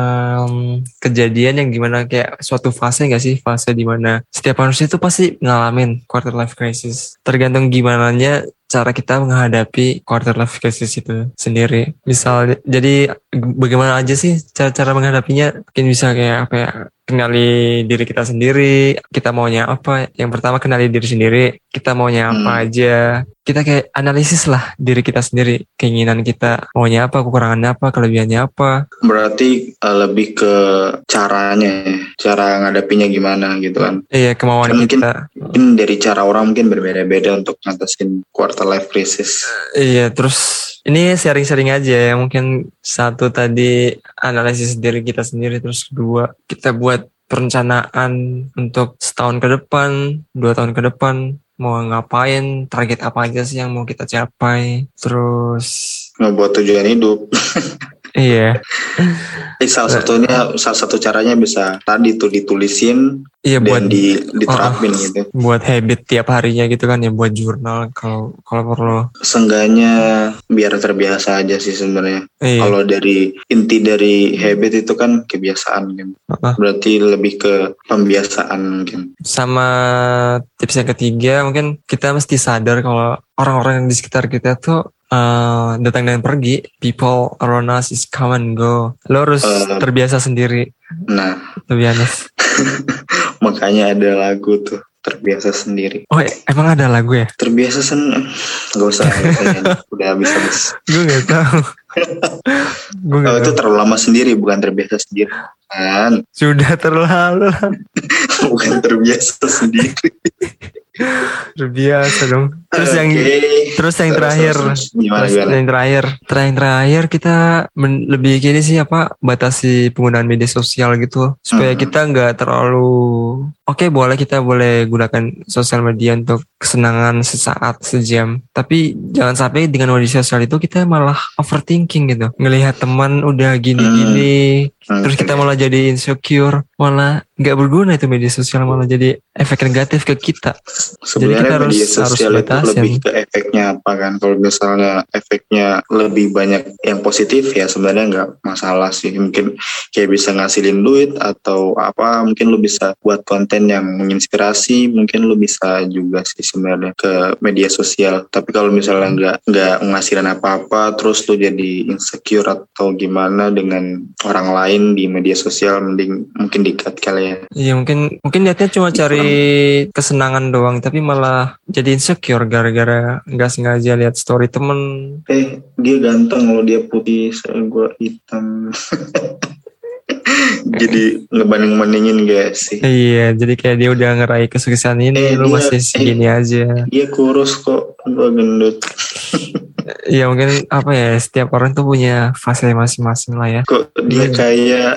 kejadian yang gimana, kayak suatu fase gak sih? Fase dimana setiap manusia itu pasti ngalamin quarter life crisis. Tergantung gimananya cara kita menghadapi quarter life crisis itu sendiri. Misal, jadi bagaimana aja sih cara menghadapinya? Mungkin bisa kayak apa ya? Kenali diri kita sendiri, kita maunya apa. Yang pertama kenali diri sendiri, kita maunya apa aja. Kita kayak analisis lah diri kita sendiri, keinginan kita, maunya apa, kekurangannya apa, kelebihannya apa. Berarti lebih ke caranya, cara ngadapinya gimana gitu kan. Iya, kemauan kita. Mungkin dari cara orang mungkin berbeda-beda untuk ngatasin quarter life crisis. Iya, terus ini sharing-sharing aja ya. Mungkin satu tadi analisis diri kita sendiri, terus kedua kita buat perencanaan untuk setahun ke depan, 2 tahun ke depan, mau ngapain, target apa aja sih yang mau kita capai, terus ngebuat tujuan hidup. iya. Salah satu caranya bisa tadi tuh ditulisin, iya, dan buat diterapin gitu. Buat habit tiap harinya gitu kan ya, buat jurnal kalau perlu. Seenggaknya biar terbiasa aja sih sebenarnya. Iya. Kalau dari inti dari habit itu kan kebiasaan kan. Berarti lebih ke pembiasaan mungkin. Sama tips yang ketiga, mungkin kita mesti sadar kalau orang-orang yang di sekitar kita tuh datang dan pergi. People around us is come and go. Lo harus terbiasa sendiri. Nah, lebih honest. Makanya ada lagu tuh, terbiasa sendiri. Oh, emang ada lagu ya? Terbiasa sendiri. Gak usah. Udah habis. Gue gak tahu. Itu terlalu lama sendiri, bukan terbiasa sendiri kan. Sudah terlalu. Bukan terbiasa sendiri. Terbiasa dong. Terus yang terakhir, terakhir kita lebih gini sih, apa, batasi penggunaan media sosial gitu supaya kita nggak terlalu. Oke, kita boleh gunakan sosial media untuk kesenangan sesaat, sejam, tapi jangan sampai dengan media sosial itu kita malah overthinking gitu, ngelihat teman udah gini-gini, terus kita malah jadi insecure, malah nggak berguna itu media sosial, malah jadi efek negatif ke kita. Sebenarnya jadi kita media sosial itu lebih ke efeknya apa kan. Kalau misalnya efeknya lebih banyak yang positif ya sebenarnya nggak masalah sih. Mungkin kayak bisa ngasilin duit atau apa, mungkin lu bisa buat konten yang menginspirasi, mungkin lu bisa juga sih sebenarnya ke media sosial. Tapi kalau misalnya nggak ngasilin apa-apa, terus lu jadi insecure atau gimana dengan orang lain di media sosial, mungkin di-cut kali ya. Iya, mungkin niatnya cuma cari kesenangan doang, tapi malah jadi insecure gara-gara nggak sengaja lihat story temen. Dia ganteng loh, dia putih, gue hitam. Jadi ngebanding-bandingin gak sih? Iya, jadi kayak dia udah ngeraih kesuksesan ini, lu masih segini aja. Dia kurus kok, gua gendut. Ya mungkin apa ya, setiap orang tuh punya fase masing-masing lah ya. Kok dia kayak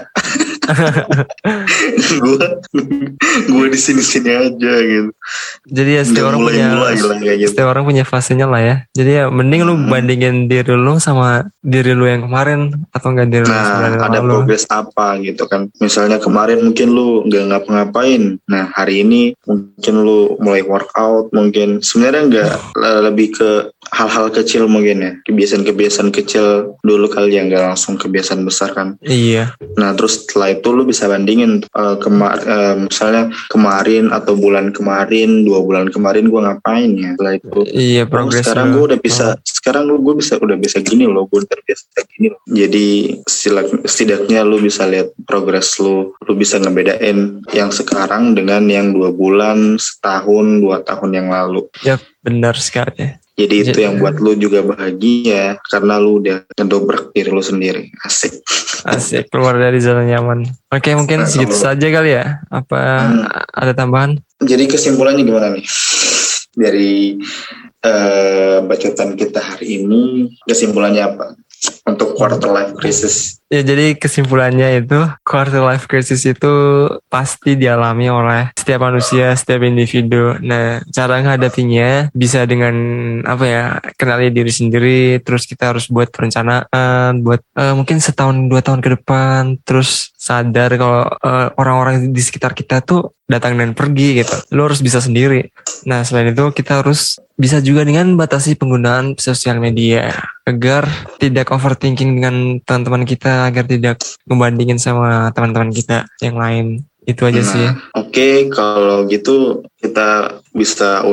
gue di sini-sini aja gitu. Jadi ya setiap orang punya fasenya lah ya. Jadi ya mending lu bandingin diri lu sama diri lu yang kemarin atau enggak diri lu Nah, ada progres apa gitu kan. Misalnya kemarin mungkin lu nggak ngapa-ngapain. Nah, hari ini mungkin lu mulai workout, mungkin sebenarnya nggak lebih ke hal-hal kecil mungkin ya. Kebiasaan-kebiasaan kecil dulu kali ya, nggak langsung kebiasaan besar kan. Iya. Nah, terus setelah itu lu bisa bandingin misalnya kemarin atau bulan kemarin, 2 bulan kemarin gue ngapain ya. Setelah itu iya, progres sekarang gue udah bisa udah bisa gini loh, gue terbiasa gini loh. Jadi setidaknya lu bisa lihat progres lu bisa ngebedain yang sekarang dengan yang 2 bulan, setahun, 2 tahun yang lalu. Ya, benar sekali. Jadi itu yang buat lu juga bahagia karena lu udah ngedobrak diri lu sendiri. Asik, keluar dari zona nyaman. Oke, mungkin segitu saja kali ya. Apa ada tambahan? Jadi kesimpulannya gimana nih? Dari bacotan kita hari ini, kesimpulannya apa untuk quarter life crisis? Ya, jadi kesimpulannya itu quarter life crisis itu pasti dialami oleh setiap manusia, setiap individu. Nah, cara menghadapinya bisa dengan apa ya, kenali diri sendiri, terus kita harus buat perencanaan buat mungkin 1-2 tahun ke depan, terus sadar kalau orang-orang di sekitar kita tuh datang dan pergi gitu. Lo harus bisa sendiri. Nah, selain itu kita harus bisa juga dengan batasi penggunaan sosial media agar tidak overthinking dengan teman-teman kita, agar tidak membandingin sama teman-teman kita yang lain. Itu aja sih. Oke, kalau gitu kita bisa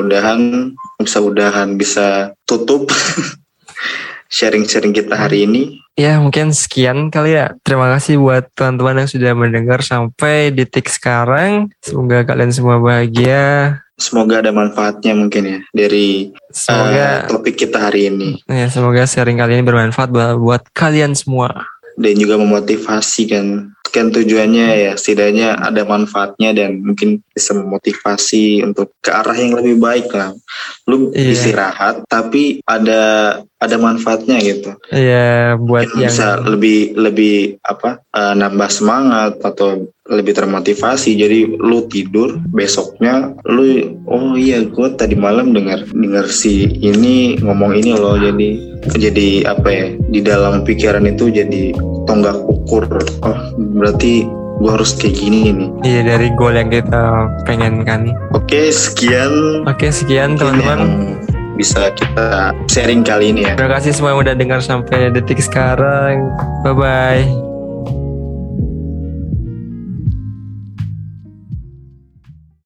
tutup sharing-sharing kita hari ini. Ya, mungkin sekian kali ya. Terima kasih buat teman-teman yang sudah mendengar sampai detik sekarang. Semoga kalian semua bahagia. Semoga ada manfaatnya mungkin ya dari topik kita hari ini. Ya, semoga sharing kali ini bermanfaat buat kalian semua. Dan juga memotivasi kan tujuannya ya setidaknya ada manfaatnya dan mungkin bisa memotivasi untuk ke arah yang lebih baik lah. Lu istirahat tapi ada manfaatnya gitu. Iya, buat yang bisa lebih nambah semangat atau lebih termotivasi. Jadi lu tidur besoknya lu gue tadi malam dengar si ini ngomong ini loh, jadi apa ya, di dalam pikiran itu jadi tonggak ukur, berarti gue harus kayak gini nih. Iya, dari goal yang kita pengen kan. Oke, sekian teman-teman bisa kita sharing kali ini ya. Terima kasih semua yang udah dengar sampai detik sekarang. Bye bye.